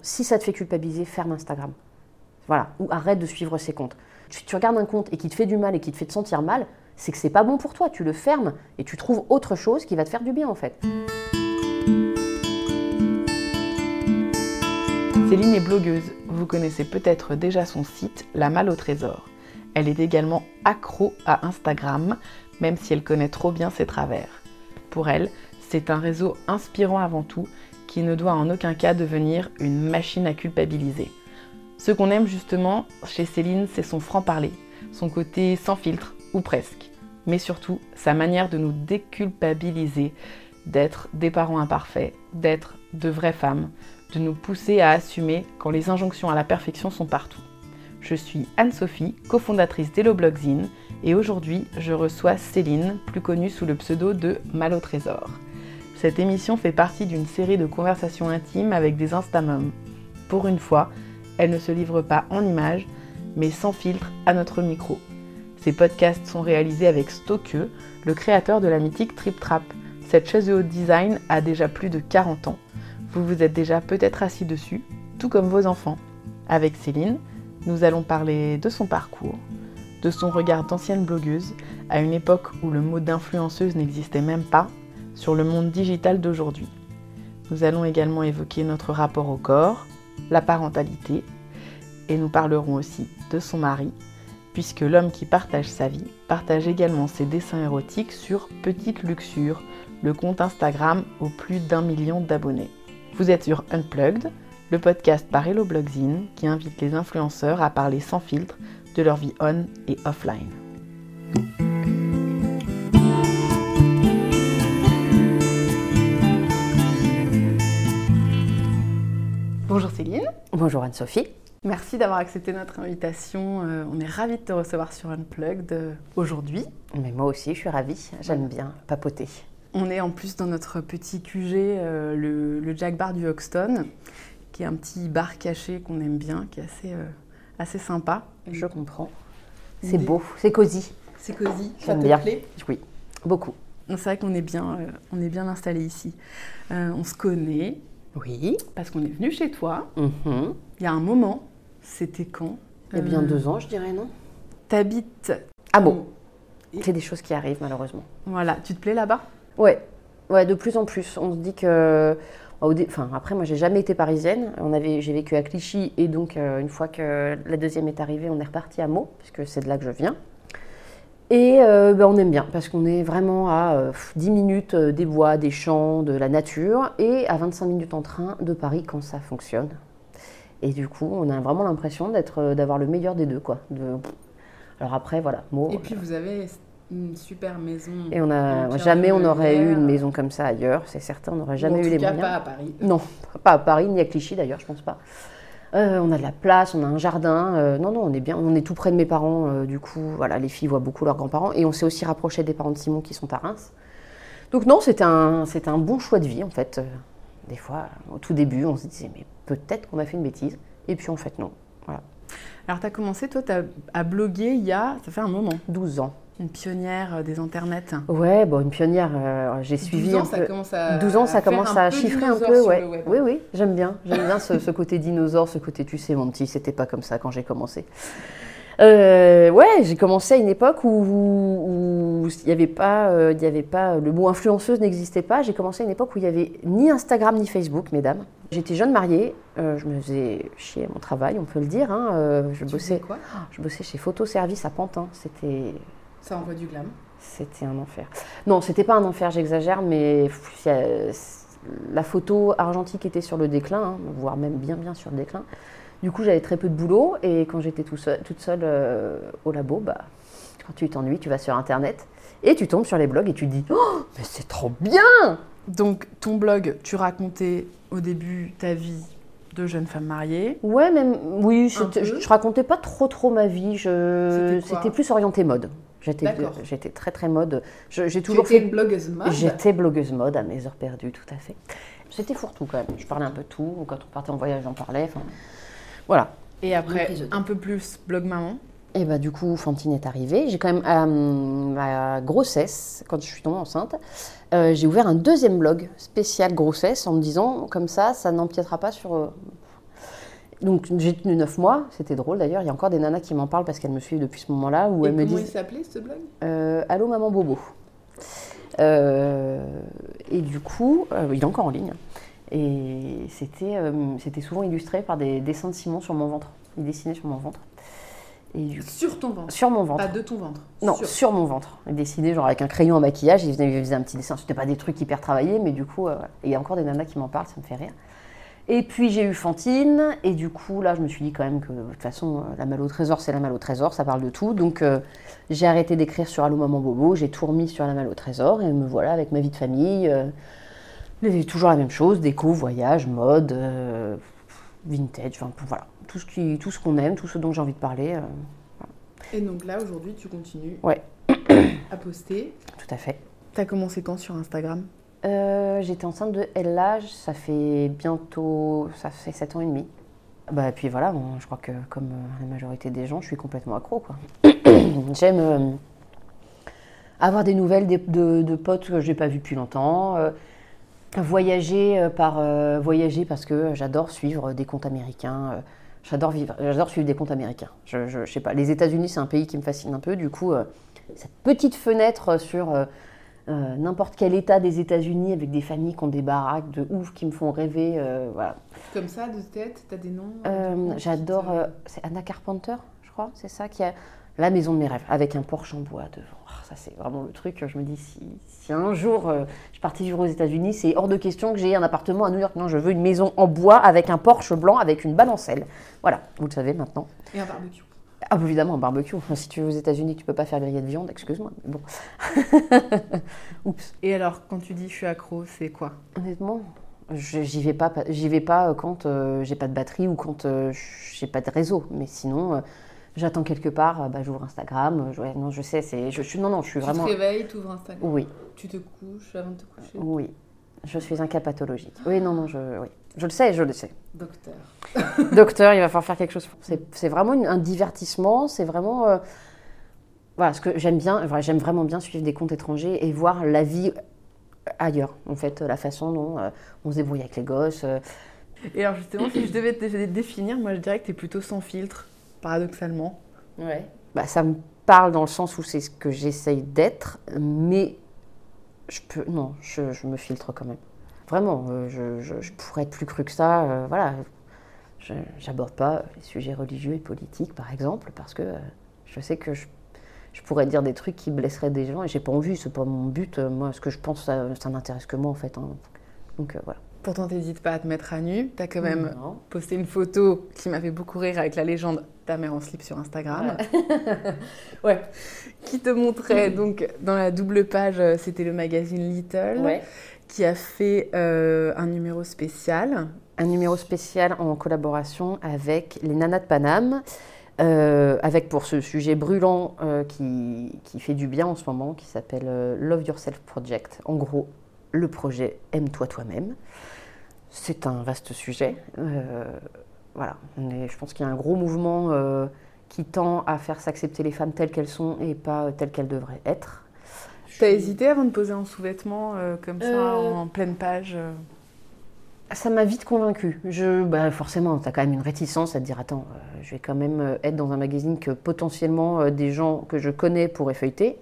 si ça te fait culpabiliser, ferme Instagram. Voilà, ou arrête de suivre ces comptes. Tu regardes un compte et qui te fait du mal et qui te fait te sentir mal, c'est que c'est pas bon pour toi. Tu le fermes et tu trouves autre chose qui va te faire du bien en fait. Céline est blogueuse. Vous connaissez peut-être déjà son site, La Malle au Trésor. Elle est également accro à Instagram, même si elle connaît trop bien ses travers. Pour elle, c'est un réseau inspirant avant tout, qui ne doit en aucun cas devenir une machine à culpabiliser. Ce qu'on aime justement chez Céline, c'est son franc-parler, son côté sans filtre, ou presque, mais surtout sa manière de nous déculpabiliser, d'être des parents imparfaits, d'être de vraies femmes, de nous pousser à assumer quand les injonctions à la perfection sont partout. Je suis Anne-Sophie, cofondatrice d'Hello Blogzine, et aujourd'hui je reçois Céline, plus connue sous le pseudo de Malle au Trésor. Cette émission fait partie d'une série de conversations intimes avec des instamums. Pour une fois, elle ne se livre pas en images, mais sans filtre à notre micro. Ces podcasts sont réalisés avec Stokeux, le créateur de la mythique Trip Trap. Cette chaise de haut design a déjà plus de 40 ans. Vous vous êtes déjà peut-être assis dessus, tout comme vos enfants. Avec Céline, nous allons parler de son parcours, de son regard d'ancienne blogueuse, à une époque où le mot d'influenceuse n'existait même pas, sur le monde digital d'aujourd'hui. Nous allons également évoquer notre rapport au corps, la parentalité, et nous parlerons aussi de son mari, puisque l'homme qui partage sa vie partage également ses dessins érotiques sur Petite Luxure, le compte Instagram aux plus d'1 million d'abonnés. Vous êtes sur Unplugged, le podcast par Hello Blogzine qui invite les influenceurs à parler sans filtre de leur vie on et offline. Bonjour Céline. Bonjour Anne-Sophie. Merci d'avoir accepté notre invitation. On est ravis de te recevoir sur Unplugged aujourd'hui. Mais moi aussi, je suis ravie. J'aime bien papoter. On est en plus dans notre petit QG, le Jack Bar du Hoxton, qui est un petit bar caché qu'on aime bien, qui est assez sympa. Je comprends. C'est beau, c'est cosy. C'est cosy, ça J'aime te bien. plaît ? Oui, beaucoup. C'est vrai qu'on est bien installés ici. On se connaît. Oui. Parce qu'on est venu chez toi. Mm-hmm. Il y a un moment, c'était quand ? Il y a bien 2 ans, je dirais, non ? T'habites... Ah bon, c'est des choses qui arrivent malheureusement. Voilà, tu te plais là-bas ? Ouais, de plus en plus. On se dit que... après, moi, j'ai jamais été parisienne. J'ai vécu à Clichy et donc, une fois que la deuxième est arrivée, on est reparti à Meaux, puisque c'est de là que je viens. Et on aime bien, parce qu'on est vraiment à 10 minutes des bois, des champs, de la nature, et à 25 minutes en train de Paris quand ça fonctionne. Et du coup, on a vraiment l'impression d'avoir le meilleur des deux, quoi. Alors après, voilà, Meaux. Et puis, vous avez une super maison. Et jamais on aurait eu une maison comme ça ailleurs, c'est certain, on n'aurait jamais eu les moyens. En tout cas, pas à Paris. Non, pas à Paris, ni à Clichy d'ailleurs, je pense pas. On a de la place, on a un jardin. Non, on est bien, on est tout près de mes parents. Du coup, voilà, les filles voient beaucoup leurs grands-parents. Et on s'est aussi rapproché des parents de Simon qui sont à Reims. Donc non, c'était un bon choix de vie en fait. Des fois, au tout début, on se disait mais peut-être qu'on a fait une bêtise. Et puis en fait, non. Voilà. Alors, tu as commencé, toi, à bloguer ça fait un moment. 12 ans. Une pionnière des internets. Ouais, une pionnière, j'ai suivi 12 ans, un peu. 12 ans, ça commence à chiffrer un peu, ouais. Web. Oui, j'aime bien ce côté dinosaure, ce côté, tu sais, mon petit, c'était pas comme ça quand j'ai commencé. J'ai commencé à une époque où il n'y avait pas, le mot influenceuse n'existait pas. J'ai commencé à une époque où il n'y avait ni Instagram ni Facebook, mesdames. J'étais jeune mariée, je me faisais chier à mon travail, on peut le dire. Je bossais chez Photoservice à Pantin. Ça envoie du glam. C'était un enfer. Non, c'était pas un enfer, j'exagère, mais la photo argentique était sur le déclin, voire même bien sur le déclin. Du coup, j'avais très peu de boulot et quand j'étais toute seule au labo, quand tu t'ennuies, tu vas sur Internet et tu tombes sur les blogs et tu te dis « Oh, mais c'est trop bien !» Donc, ton blog, tu racontais au début ta vie de jeune femme mariée. Ouais, je racontais pas trop ma vie. C'était plus orienté mode. J'étais très mode. J'ai toujours fait blogueuse mode. J'étais blogueuse mode à mes heures perdues, tout à fait. C'était fourre-tout quand même. Je parlais un peu de tout. Quand on partait en voyage, j'en parlais. Voilà. Et après, un peu plus blog maman. Et du coup, Fantine est arrivée. J'ai quand même, ma grossesse, quand je suis tombée enceinte, j'ai ouvert un deuxième blog spécial grossesse en me disant, comme ça n'empiétera pas sur Donc j'ai tenu 9 mois, c'était drôle d'ailleurs. Il y a encore des nanas qui m'en parlent parce qu'elles me suivent depuis ce moment-là. Où Et elles me comment disent, il s'appelait ce blog? Allô maman Bobo. Et du coup, il est encore en ligne. Et c'était souvent illustré par des dessins de Simon sur mon ventre. Il dessinait sur mon ventre. Sur ton ventre? Sur mon ventre. Pas de ton ventre? Non, sur mon ventre. Il dessinait genre avec un crayon en maquillage, il faisait un petit dessin. C'était pas des trucs hyper travaillés, mais du coup, il y a encore des nanas qui m'en parlent, ça me fait rire. Et puis j'ai eu Fantine, et du coup là je me suis dit quand même que de toute façon la malle au trésor c'est la malle au trésor, ça parle de tout. Donc j'ai arrêté d'écrire sur Allô Maman Bobo, j'ai tout remis sur la malle au trésor, et me voilà avec ma vie de famille. Toujours la même chose, déco, voyage, mode, vintage, enfin voilà. Tout ce qu'on aime, tout ce dont j'ai envie de parler. Voilà. Et donc là aujourd'hui tu continues Ouais. à poster. Tout à fait. T'as commencé quand sur Instagram? J'étais enceinte de LH, ça fait 7 ans et demi. Bah, puis voilà, bon, je crois que comme la majorité des gens, je suis complètement accro, quoi. J'aime avoir des nouvelles de potes que je n'ai pas vus depuis longtemps, voyager parce que j'adore suivre des comptes américains, j'adore suivre des comptes américains. Je sais pas, les États-Unis, c'est un pays qui me fascine un peu, du coup, cette petite fenêtre sur n'importe quel état des États-Unis avec des familles qui ont des baraques de ouf qui me font rêver. Voilà. Comme ça, de tête, t'as des noms? J'adore. C'est Anna Carpenter, je crois, c'est ça qui a la maison de mes rêves avec un Porsche en bois devant. Oh, ça, c'est vraiment le truc. Je me dis, si un jour je partais vivre aux États-Unis, c'est hors de question que j'ai un appartement à New York. Non, je veux une maison en bois avec un Porsche blanc avec une balancelle. Voilà, vous le savez maintenant. Et un barbecue. Ah, évidemment, un barbecue. Si tu es aux États-Unis, tu peux pas faire griller de viande, excuse-moi. Mais bon. Oups. Et alors, quand tu dis je suis accro, c'est quoi? Honnêtement, j'y vais pas quand j'ai pas de batterie ou quand j'ai pas de réseau. Mais sinon, j'attends quelque part, j'ouvre Instagram. Non, je sais, je suis vraiment. Tu te réveilles, tu ouvres Instagram. Oui. Tu te couches avant de te coucher. Oui. Je suis un cas pathologique. Oui, non, oui. Je le sais. Docteur. Docteur, il va falloir faire quelque chose. C'est vraiment un divertissement. C'est vraiment. Voilà, ce que j'aime bien. J'aime vraiment bien suivre des comptes étrangers et voir la vie ailleurs. En fait, la façon dont on se débrouille avec les gosses. Et alors, justement, si je devais te définir, moi, je dirais que tu es plutôt sans filtre, paradoxalement. Ouais. Ça me parle dans le sens où c'est ce que j'essaye d'être, mais je me filtre quand même. Vraiment, je pourrais être plus cru que ça. Voilà, j'aborde pas les sujets religieux et politiques, par exemple, parce que je sais que je pourrais dire des trucs qui blesseraient des gens et j'ai pas envie, c'est pas mon but. Moi, ce que je pense, ça n'intéresse que moi, en fait. Hein. Donc, voilà. Pourtant, t'hésites pas à te mettre à nu. T'as quand même posté une photo qui m'a fait beaucoup rire avec la légende ta mère en slip sur Instagram. Ouais. Qui te montrait, donc, dans la double page, c'était le magazine Little, qui a fait un numéro spécial. Un numéro spécial en collaboration avec les Nanas de Paname, avec pour ce sujet brûlant qui fait du bien en ce moment, qui s'appelle Love Yourself Project. En gros, le projet Aime-toi toi-même. C'est un vaste sujet. Voilà. Je pense qu'il y a un gros mouvement qui tend à faire s'accepter les femmes telles qu'elles sont et pas telles qu'elles devraient être. T'as hésité avant de poser un sous-vêtement comme ça, en pleine page Ça m'a vite convaincue. Forcément, t'as quand même une réticence à te dire attends, je vais quand même être dans un magazine que potentiellement des gens que je connais pourraient feuilleter.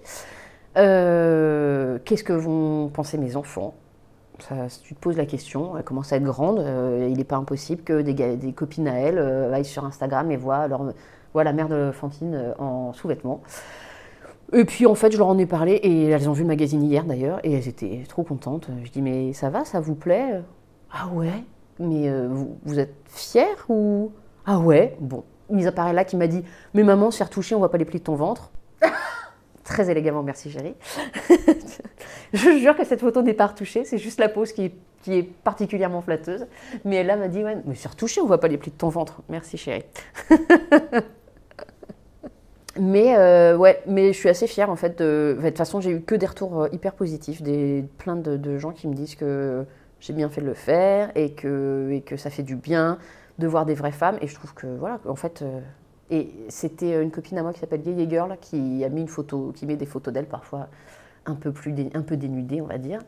Qu'est-ce que vont penser mes enfants ? Si tu te poses la question, elle commence à être grande, il n'est pas impossible que des copines à elle aillent sur Instagram et voient la mère de Fantine en sous-vêtements. Et puis en fait, je leur en ai parlé et elles ont vu le magazine hier d'ailleurs et elles étaient trop contentes. Je dis mais ça va, ça vous plaît ? Ah ouais, mais vous êtes fière ou... Ah ouais, bon. Mis à part elle là qui m'a dit mais maman, se faire toucher, on voit pas les plis de ton ventre. Très élégamment, merci chérie. Je jure que cette photo n'est pas retouchée, c'est juste la pose qui est particulièrement flatteuse. Mais elle là m'a dit ouais, mais c'est retouché, on voit pas les plis de ton ventre. Merci chérie. Mais mais je suis assez fière en fait. De toute façon, j'ai eu que des retours hyper positifs, plein de gens qui me disent que j'ai bien fait de le faire et que ça fait du bien de voir des vraies femmes. Et je trouve que voilà, en fait. Et c'était une copine à moi qui s'appelle Yeye Girl qui a mis une photo, qui met des photos d'elle parfois un peu dénudées, on va dire.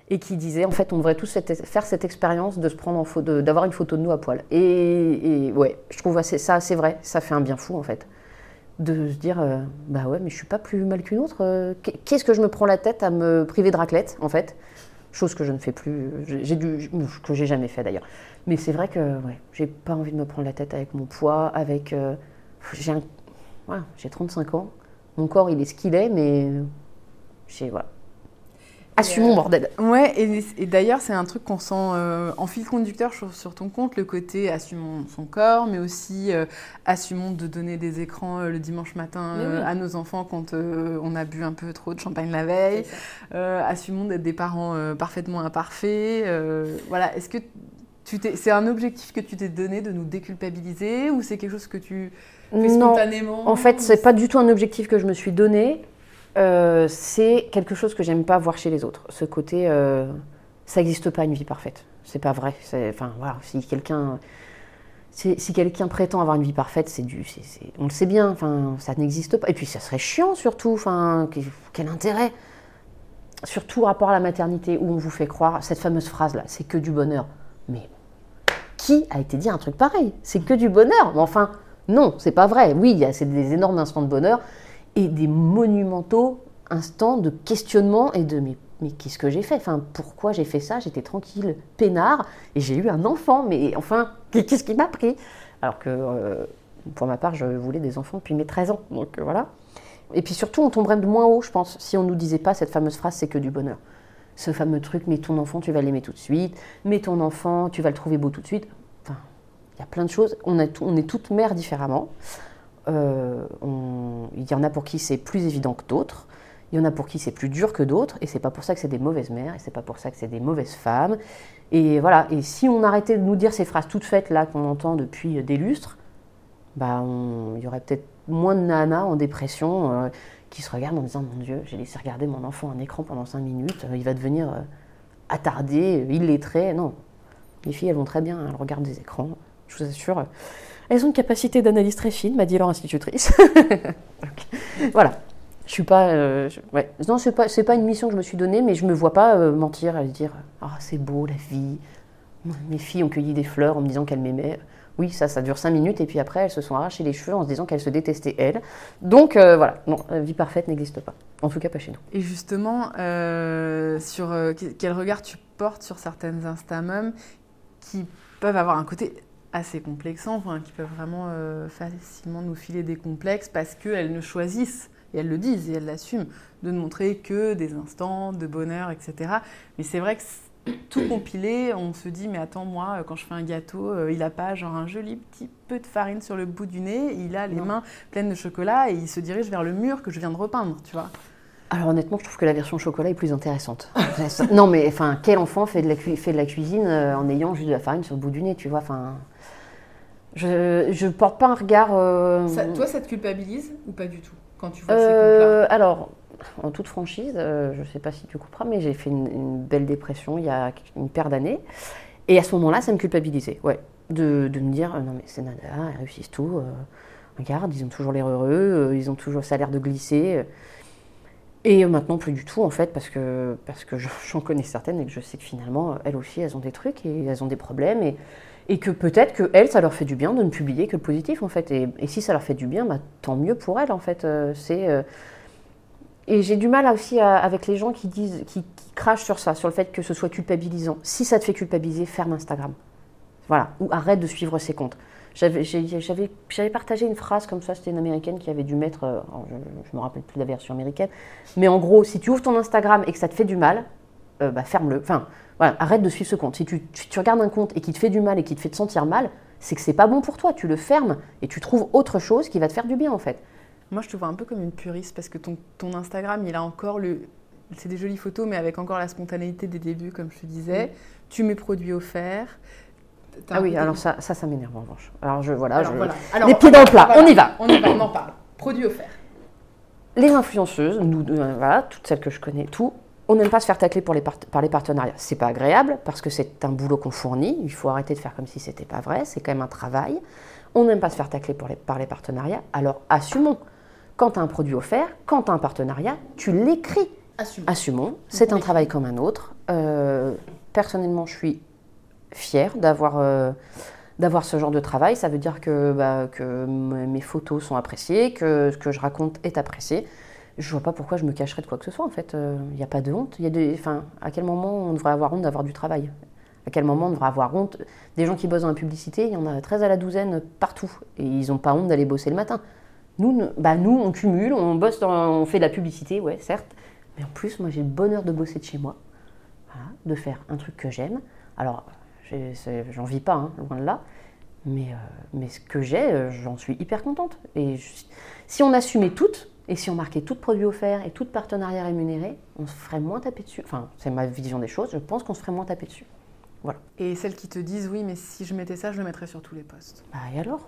et qui disait, en fait, on devrait tous faire cette expérience de se prendre en photo, d'avoir une photo de nous à poil. Et ouais, je trouve ça assez vrai, ça fait un bien fou, en fait. De se dire, bah ouais, mais je suis pas plus mal qu'une autre. Qu'est-ce que je me prends la tête à me priver de raclette, en fait? Chose que je ne fais plus, que j'ai jamais fait d'ailleurs. Mais c'est vrai que ouais, j'ai pas envie de me prendre la tête avec mon poids, avec... voilà, j'ai 35 ans, mon corps il est ce qu'il est, mais voilà. Assumons, bordel. Ouais, et d'ailleurs, c'est un truc qu'on sent en fil conducteur sur ton compte, le côté assumons son corps, mais aussi assumons de donner des écrans le dimanche matin à nos enfants quand on a bu un peu trop de champagne la veille. Assumons d'être des parents parfaitement imparfaits. Voilà, est-ce que c'est un objectif que tu t'es donné de nous déculpabiliser ou c'est quelque chose que tu fais spontanément? En fait, c'est pas du tout un objectif que je me suis donné. C'est quelque chose que j'aime pas voir chez les autres. Ce côté, ça n'existe pas une vie parfaite. C'est pas vrai. Enfin voilà, si quelqu'un prétend avoir une vie parfaite, on le sait bien. Enfin, ça n'existe pas. Et puis ça serait chiant surtout. Enfin, quel intérêt? Surtout rapport à la maternité où on vous fait croire cette fameuse phrase là, c'est que du bonheur. Mais qui a été dit un truc pareil? C'est que du bonheur. Mais enfin, non, c'est pas vrai. Oui, c'est des énormes instants de bonheur. Et des monumentaux instants de questionnement et de mais qu'est-ce que j'ai fait? Enfin, pourquoi j'ai fait ça? J'étais tranquille, peinard, et j'ai eu un enfant. Mais enfin, qu'est-ce qui m'a pris? Alors que, pour ma part, je voulais des enfants depuis mes 13 ans. Donc voilà. Et puis surtout, on tomberait de moins haut, je pense, si on ne nous disait pas cette fameuse phrase, c'est que du bonheur. Ce fameux truc, mais ton enfant, tu vas l'aimer tout de suite. Mais ton enfant, tu vas le trouver beau tout de suite. Enfin, il y a plein de choses. On est toutes mères différemment. Il y en a pour qui c'est plus évident que d'autres, il y en a pour qui c'est plus dur que d'autres, et c'est pas pour ça que c'est des mauvaises mères, et c'est pas pour ça que c'est des mauvaises femmes. Et voilà, et si on arrêtait de nous dire ces phrases toutes faites là qu'on entend depuis des lustres, bah il y aurait peut-être moins de nanas en dépression qui se regardent en disant mon Dieu, j'ai laissé regarder mon enfant un écran pendant 5 minutes, il va devenir attardé, illettré. Non, les filles elles vont très bien, elles regardent des écrans, je vous assure. Elles ont une capacité d'analyse très fine, m'a dit leur institutrice. Donc, voilà. Je suis pas. Ouais. Non, c'est pas une mission que je me suis donnée, mais je me vois pas mentir et dire ah c'est beau la vie. Mes filles ont cueilli des fleurs en me disant qu'elles m'aimaient. Oui, ça dure 5 minutes et puis après elles se sont arrachées les cheveux en se disant qu'elles se détestaient elles. Donc voilà, non, la vie parfaite n'existe pas. En tout cas pas chez nous. Et justement, sur quel regard tu portes sur certaines Instamums qui peuvent avoir un côté assez complexant, enfin, qui peuvent vraiment facilement nous filer des complexes parce qu'elles ne choisissent, et elles le disent et elles l'assument, de ne montrer que des instants de bonheur, etc. Mais c'est vrai que tout compilé, on se dit, mais attends, moi, quand je fais un gâteau, il n'a pas genre un joli petit peu de farine sur le bout du nez, il a les mains pleines de chocolat et il se dirige vers le mur que je viens de repeindre, tu vois. Alors honnêtement, je trouve que la version chocolat est plus intéressante. Non mais enfin, quel enfant fait de la cuisine en ayant juste de la farine sur le bout du nez, tu vois, enfin... Je porte pas un regard... Toi, ça te culpabilise ou pas du tout quand tu vois ces comptes-là? Alors, en toute franchise, je sais pas si tu comprends, mais j'ai fait une belle dépression il y a une paire d'années. Et à ce moment-là, ça me culpabilisait, ouais. De me dire, non mais c'est nada, elles réussissent tout. Regarde, ils ont toujours l'air heureux, ils ont toujours, ça a l'air de glisser. Et maintenant, plus du tout, en fait, parce que j'en connais certaines et que je sais que finalement, elles aussi, elles ont des trucs et elles ont des problèmes. Et que peut-être que elles, ça leur fait du bien de ne publier que le positif, en fait. Et si ça leur fait du bien, bah, tant mieux pour elles, en fait. Et j'ai du mal aussi avec les gens qui crachent sur ça, sur le fait que ce soit culpabilisant. Si ça te fait culpabiliser, ferme Instagram. Voilà. Ou arrête de suivre ces comptes. J'avais partagé une phrase comme ça, c'était une américaine qui avait dû mettre, je ne me rappelle plus de la version américaine, mais en gros, si tu ouvres ton Instagram et que ça te fait du mal, bah ferme-le. Enfin, voilà, arrête de suivre ce compte. Si tu regardes un compte et qui te fait du mal et qui te fait te sentir mal, c'est que c'est pas bon pour toi. Tu le fermes et tu trouves autre chose qui va te faire du bien, en fait. Moi, je te vois un peu comme une puriste parce que ton Instagram, il a encore c'est des jolies photos, mais avec encore la spontanéité des débuts, comme je te disais. Tu mets produits offerts. Ah oui, alors ça m'énerve en revanche. Alors Alors, les pieds dans le plat, voilà, on y va. On en parle. Produits offerts. Les influenceuses, nous, voilà, toutes celles que je connais, on n'aime pas se faire tacler par les partenariats. C'est pas agréable parce que c'est un boulot qu'on fournit. Il faut arrêter de faire comme si c'était pas vrai. C'est quand même un travail. On n'aime pas se faire tacler par les partenariats. Alors assumons. Quand tu as un produit offert, quand tu as un partenariat, tu l'écris. Assumons. C'est un travail comme un autre. Personnellement, je suis fière d'avoir ce genre de travail. Ça veut dire que mes photos sont appréciées, que ce que je raconte est apprécié. Je vois pas pourquoi je me cacherais de quoi que ce soit, en fait. Il n'y a pas de honte. À quel moment on devrait avoir honte d'avoir du travail? À quel moment on devrait avoir honte? Des gens qui bossent dans la publicité, il y en a 13 à la douzaine partout. Et ils n'ont pas honte d'aller bosser le matin. Nous, on cumule, on bosse, on fait de la publicité, ouais, certes. Mais en plus, moi, j'ai le bonheur de bosser de chez moi. Voilà, de faire un truc que j'aime. Alors, j'en vis pas, hein, loin de là. Mais ce que j'ai, j'en suis hyper contente. Et si on assumait toutes, et si on marquait tout produit offert et tout partenariat rémunéré, on se ferait moins taper dessus. Enfin, c'est ma vision des choses, je pense qu'on se ferait moins taper dessus. Voilà. Et celles qui te disent, oui, mais si je mettais ça, je le mettrais sur tous les postes. Bah et alors?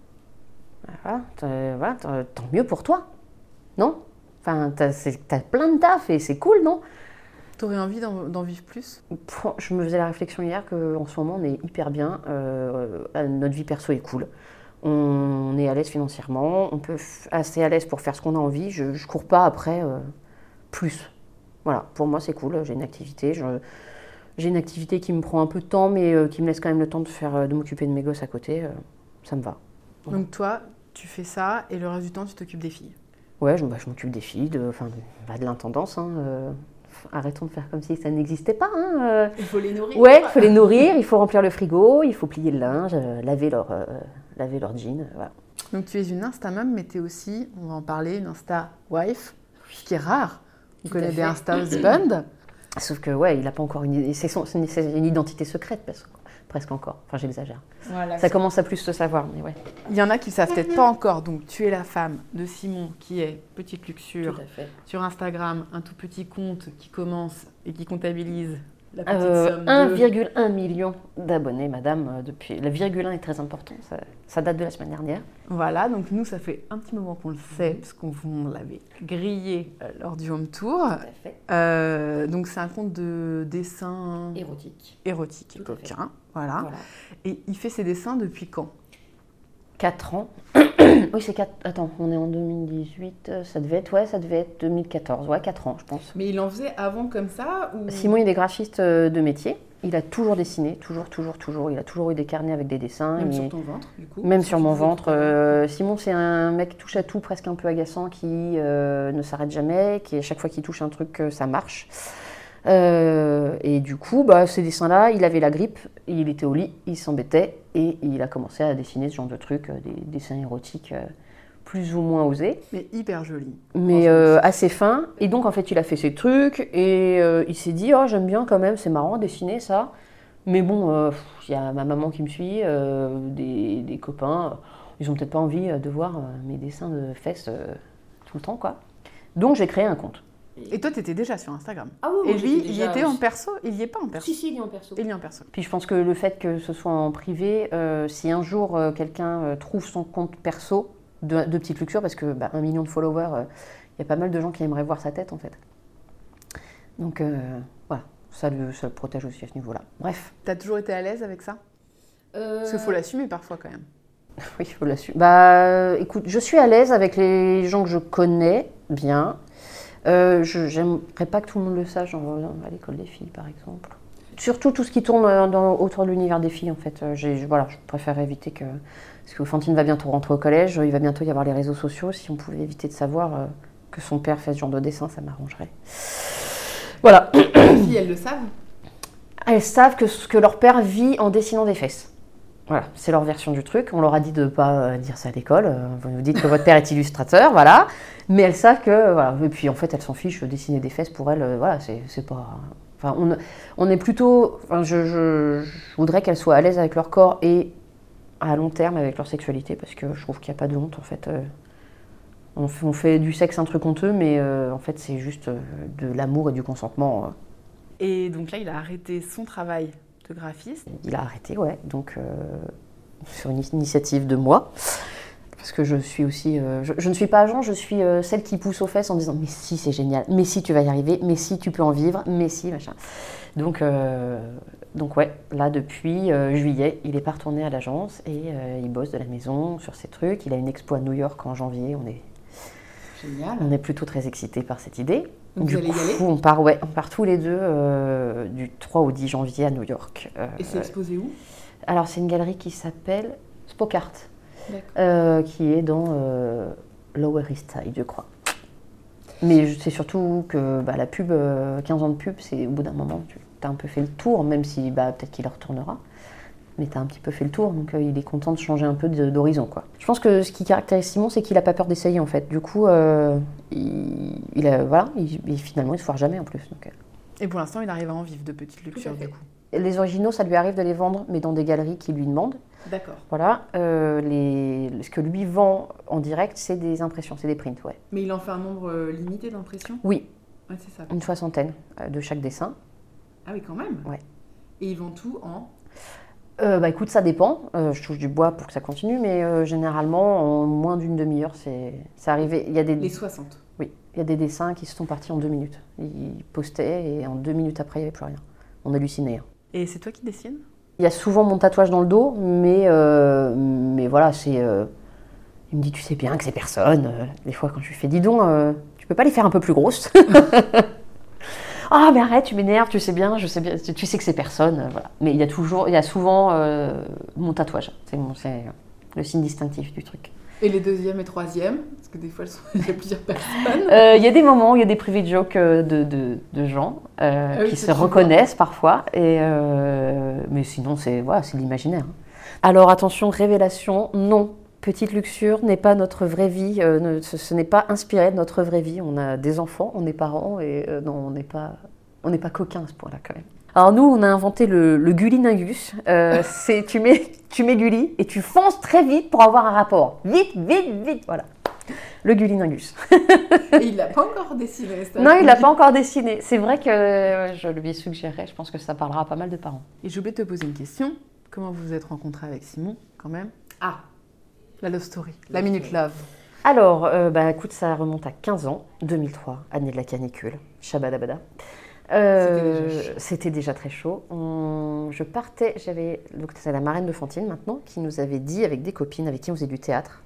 Voilà, tant mieux pour toi, non? Enfin, t'as plein de taf et c'est cool, non? T'aurais envie d'en vivre plus? Je me faisais la réflexion hier qu'en ce moment, on est hyper bien. Notre vie perso est cool. On est à l'aise financièrement. On peut assez à l'aise pour faire ce qu'on a envie. Je ne cours pas après plus. Voilà, pour moi, c'est cool. J'ai une activité. J'ai une activité qui me prend un peu de temps, mais qui me laisse quand même le temps de m'occuper de mes gosses à côté. Ça me va. Voilà. Donc toi, tu fais ça et le reste du temps, tu t'occupes des filles? Ouais, je m'occupe des filles, de l'intendance. Arrêtons de faire comme si ça n'existait pas. Il faut les nourrir. Ouais, il faut les nourrir, il faut remplir le frigo, il faut plier le linge, laver leur jean. Voilà. Donc tu es une Instamum, mais tu es aussi, on va en parler, une Insta wife, ce qui est rare. On connaît des Insta husband. Sauf que ouais, il n'a pas encore c'est une identité secrète presque encore. Enfin, j'exagère. Voilà, ça commence à plus se savoir, mais ouais. Il y en a qui ne savent peut-être pas encore. Donc, tu es la femme de Simon, qui est Petite Luxure. Sur Instagram, un tout petit compte qui commence et qui comptabilise la petite somme 1,1 million d'abonnés, madame. Depuis le virgule 1 est très important. Ça date de la semaine dernière. Voilà, donc nous, ça fait un petit moment qu'on le sait, parce qu'on l'avait grillé lors du home tour. Tout à fait. Donc, c'est un compte de dessins érotiques coquins. Voilà. Et il fait ses dessins depuis quand? 4 ans. Oui, c'est 4. Attends, on est en 2018. Ça devait être 2014. Ouais, 4 ans, je pense. Mais il en faisait avant comme ça ou... Simon, il est graphiste de métier. Il a toujours dessiné, toujours. Il a toujours eu des carnets avec des dessins. Même sur ton ventre, du coup? Même sur mon ventre. Simon, c'est un mec touche à tout, presque un peu agaçant, qui ne s'arrête jamais, qui à chaque fois qu'il touche un truc, ça marche. Et du coup, ces dessins-là, il avait la grippe, il était au lit, il s'embêtait et il a commencé à dessiner ce genre de trucs, des dessins érotiques plus ou moins osés. Mais hyper jolis. Mais assez fins. Et donc, en fait, il a fait ses trucs et il s'est dit « Oh, j'aime bien quand même, c'est marrant dessiner ça. » Mais bon, il y a ma maman qui me suit, des copains, ils ont peut-être pas envie de voir mes dessins de fesses tout le temps, quoi. Donc, j'ai créé un compte. Et toi, tu étais déjà sur Instagram. Ah oui, et lui, il y était en perso? Il n'y est pas en perso? Si, il est en perso. Il est en perso. Puis je pense que le fait que ce soit en privé, si un jour quelqu'un trouve son compte perso de Petite Luxure, parce que 1 million de followers, il y a pas mal de gens qui aimeraient voir sa tête en fait. Donc voilà, ça le protège aussi à ce niveau-là. Bref. T'as toujours été à l'aise avec ça? Parce qu'il faut l'assumer parfois quand même. Oui, il faut l'assumer. Écoute, je suis à l'aise avec les gens que je connais bien. J'aimerais pas que tout le monde le sache à l'école des filles, par exemple. Surtout tout ce qui tourne autour de l'univers des filles, en fait. Je préfère éviter que... Parce que Fantine va bientôt rentrer au collège, il va bientôt y avoir les réseaux sociaux. Si on pouvait éviter de savoir que son père fait ce genre de dessin, ça m'arrangerait. Voilà. Les filles, elles le savent? Elles savent que leur père vit en dessinant des fesses. Voilà, c'est leur version du truc. On leur a dit de ne pas dire ça à l'école. Vous nous dites que votre père est illustrateur, voilà. Mais elles savent que, voilà. Et puis en fait, elles s'en fichent. Dessiner des fesses pour elles, voilà, c'est pas. Enfin, on est plutôt. Enfin, je voudrais qu'elles soient à l'aise avec leur corps et à long terme avec leur sexualité, parce que je trouve qu'il n'y a pas de honte en fait. On fait du sexe un truc honteux, mais en fait, c'est juste de l'amour et du consentement. Et donc là, il a arrêté son travail de graphiste. Il a arrêté, ouais, donc sur une initiative de moi, parce que je suis aussi, je ne suis pas agent, je suis celle qui pousse aux fesses en disant mais si c'est génial, mais si tu vas y arriver, mais si tu peux en vivre, mais si machin. Donc ouais, là depuis juillet, il est pas retourné à l'agence et il bosse de la maison sur ses trucs. Il a une expo à New York en janvier, on est plutôt très excités par cette idée. Donc vous allez y aller ? On part tous les deux du 3 au 10 janvier à New York. Et c'est exposé où ? Alors, c'est une galerie qui s'appelle Spoke Art, qui est dans Lower East Side, je crois. Mais c'est surtout que la pub, 15 ans de pub, c'est au bout d'un moment, tu as un peu fait le tour, même si peut-être qu'il retournera. Mais tu as un petit peu fait le tour, donc il est content de changer un peu d'horizon, quoi. Je pense que ce qui caractérise Simon, c'est qu'il n'a pas peur d'essayer, en fait. Du coup, finalement, il se foire jamais, en plus. Donc, Et pour l'instant, il arrive à en vivre de petites lectures, du coup. Les originaux, ça lui arrive de les vendre, mais dans des galeries qui lui demandent. D'accord. Voilà. Ce que lui vend en direct, c'est des impressions, c'est des prints, ouais. Mais il en fait un nombre limité d'impressions ? Oui. Ouais, c'est ça. Une 60aine de chaque dessin. Ah oui, quand même ? Ouais. Et ils vendent tout en… Écoute, ça dépend. Je touche du bois pour que ça continue, mais généralement, en moins d'une demi-heure, c'est arrivé. Il y a Les 60 ? Oui. Il y a des dessins qui se sont partis en 2 minutes. Ils postaient et en 2 minutes après, il n'y avait plus rien. On hallucinait. Et c'est toi qui dessines ? Il y a souvent mon tatouage dans le dos, mais voilà, c'est... il me dit, tu sais bien que c'est personne. Des fois, quand je lui fais, dis donc, tu peux pas les faire un peu plus grosses ? Ah, mais arrête, tu m'énerves, tu sais bien, je sais bien, tu sais que c'est personne. Voilà. Mais il y a souvent mon tatouage. C'est le signe distinctif du truc. Et les deuxième et troisième ? Parce que des fois, il y a plusieurs personnes. Il y a des moments où il y a des private jokes de gens qui se reconnaissent parfois. Mais sinon, c'est l'imaginaire. Alors attention, révélation, non. Petite luxure n'est pas notre vraie vie. Ce n'est pas inspiré de notre vraie vie. On a des enfants, on est parents et non, on n'est pas coquins à ce point-là quand même. Alors nous, on a inventé le Gulliningus. Tu mets Gulli et tu fonces très vite pour avoir un rapport. Vite, voilà. Le Gulliningus. Et il l'a pas encore dessiné, ça ? Non, il l'a pas encore dessiné. C'est vrai que je lui suggérerais, je pense que ça parlera à pas mal de parents. Et j'ai oublié de te poser une question. Comment vous vous êtes rencontrés avec Simon, quand même ? Ah, la love story, la minute love. Alors, écoute, ça remonte à 15 ans, 2003, année de la canicule, shabadabada. C'était déjà très chaud. Je partais, donc c'est la marraine de Fantine maintenant, qui nous avait dit, avec des copines avec qui on faisait du théâtre,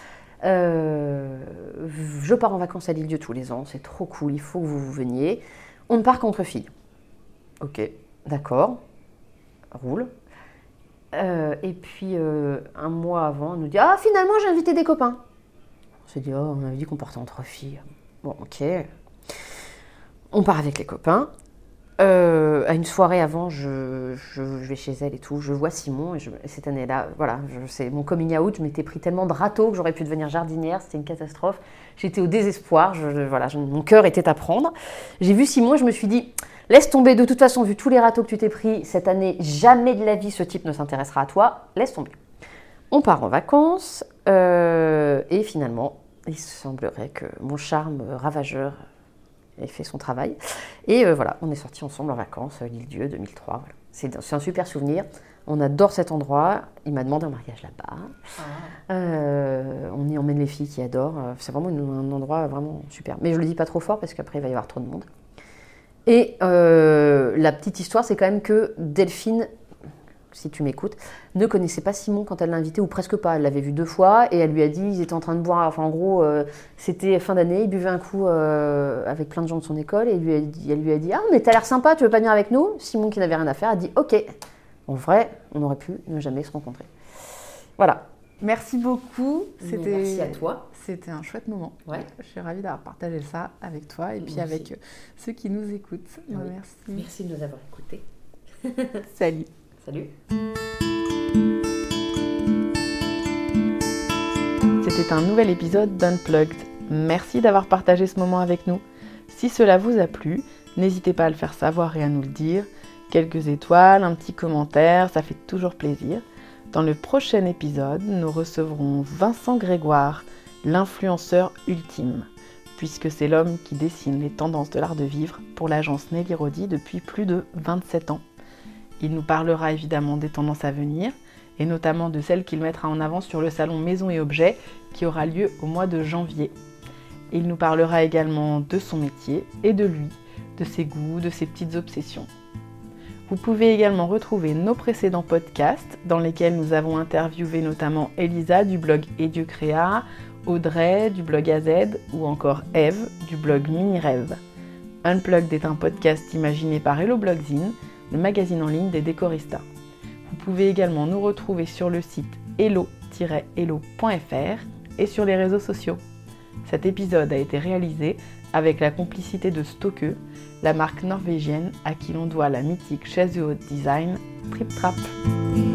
je pars en vacances à l'Île-Dieu tous les ans, c'est trop cool, il faut que vous veniez. On ne part qu'entre filles. Ok, d'accord, roule. Et puis, un mois avant, on nous dit « Ah, finalement, j'ai invité des copains !» On s'est dit « Oh, on avait dit qu'on partait entre filles. » Bon, ok. On part avec les copains. À une soirée avant, je vais chez elle et tout. Je vois Simon. Et cette année-là, voilà, c'est mon coming out. Je m'étais pris tellement de râteaux que j'aurais pu devenir jardinière. C'était une catastrophe. J'étais au désespoir. Mon cœur était à prendre. J'ai vu Simon et je me suis dit... Laisse tomber, de toute façon, vu tous les râteaux que tu t'es pris cette année, jamais de la vie ce type ne s'intéressera à toi. Laisse tomber. On part en vacances et finalement, il semblerait que mon charme ravageur ait fait son travail. Et voilà, on est sortis ensemble en vacances, l'Île-Dieu 2003. Voilà. C'est un super souvenir. On adore cet endroit. Il m'a demandé un mariage là-bas. On y emmène les filles qui adorent. C'est vraiment un endroit vraiment super. Mais je ne le dis pas trop fort parce qu'après, il va y avoir trop de monde. Et la petite histoire, c'est quand même que Delphine, si tu m'écoutes, ne connaissait pas Simon quand elle l'a invité, ou presque pas. Elle l'avait vu 2 fois et elle lui a dit, ils étaient en train de boire, enfin en gros, c'était fin d'année, ils buvaient un coup avec plein de gens de son école et elle lui a dit « Ah, mais t'as l'air sympa, tu veux pas venir avec nous ?» Simon, qui n'avait rien à faire, a dit « Ok ». En vrai, on aurait pu ne jamais se rencontrer. Voilà. Merci beaucoup. Merci à toi. C'était un chouette moment. Ouais. Je suis ravie d'avoir partagé ça avec toi et puis avec ceux qui nous écoutent. Oui. Merci. Merci de nous avoir écoutés. Salut. Salut. C'était un nouvel épisode d'Unplugged. Merci d'avoir partagé ce moment avec nous. Si cela vous a plu, n'hésitez pas à le faire savoir et à nous le dire. Quelques étoiles, un petit commentaire, ça fait toujours plaisir. Dans le prochain épisode, nous recevrons Vincent Grégoire, l'influenceur ultime, puisque c'est l'homme qui dessine les tendances de l'art de vivre pour l'agence Nelly Rodi depuis plus de 27 ans. Il nous parlera évidemment des tendances à venir, et notamment de celles qu'il mettra en avant sur le salon Maison et Objets qui aura lieu au mois de janvier. Il nous parlera également de son métier et de lui, de ses goûts, de ses petites obsessions. Vous pouvez également retrouver nos précédents podcasts dans lesquels nous avons interviewé notamment Elisa du blog Et Dieu créa, Audrey du blog AZ ou encore Eve du blog Mini Rêve. Unplugged est un podcast imaginé par Hello Blogzine, le magazine en ligne des décoristas. Vous pouvez également nous retrouver sur le site hello-hello.fr et sur les réseaux sociaux. Cet épisode a été réalisé avec la complicité de Stokke, la marque norvégienne à qui l'on doit la mythique chaise de haut design Trip Trap.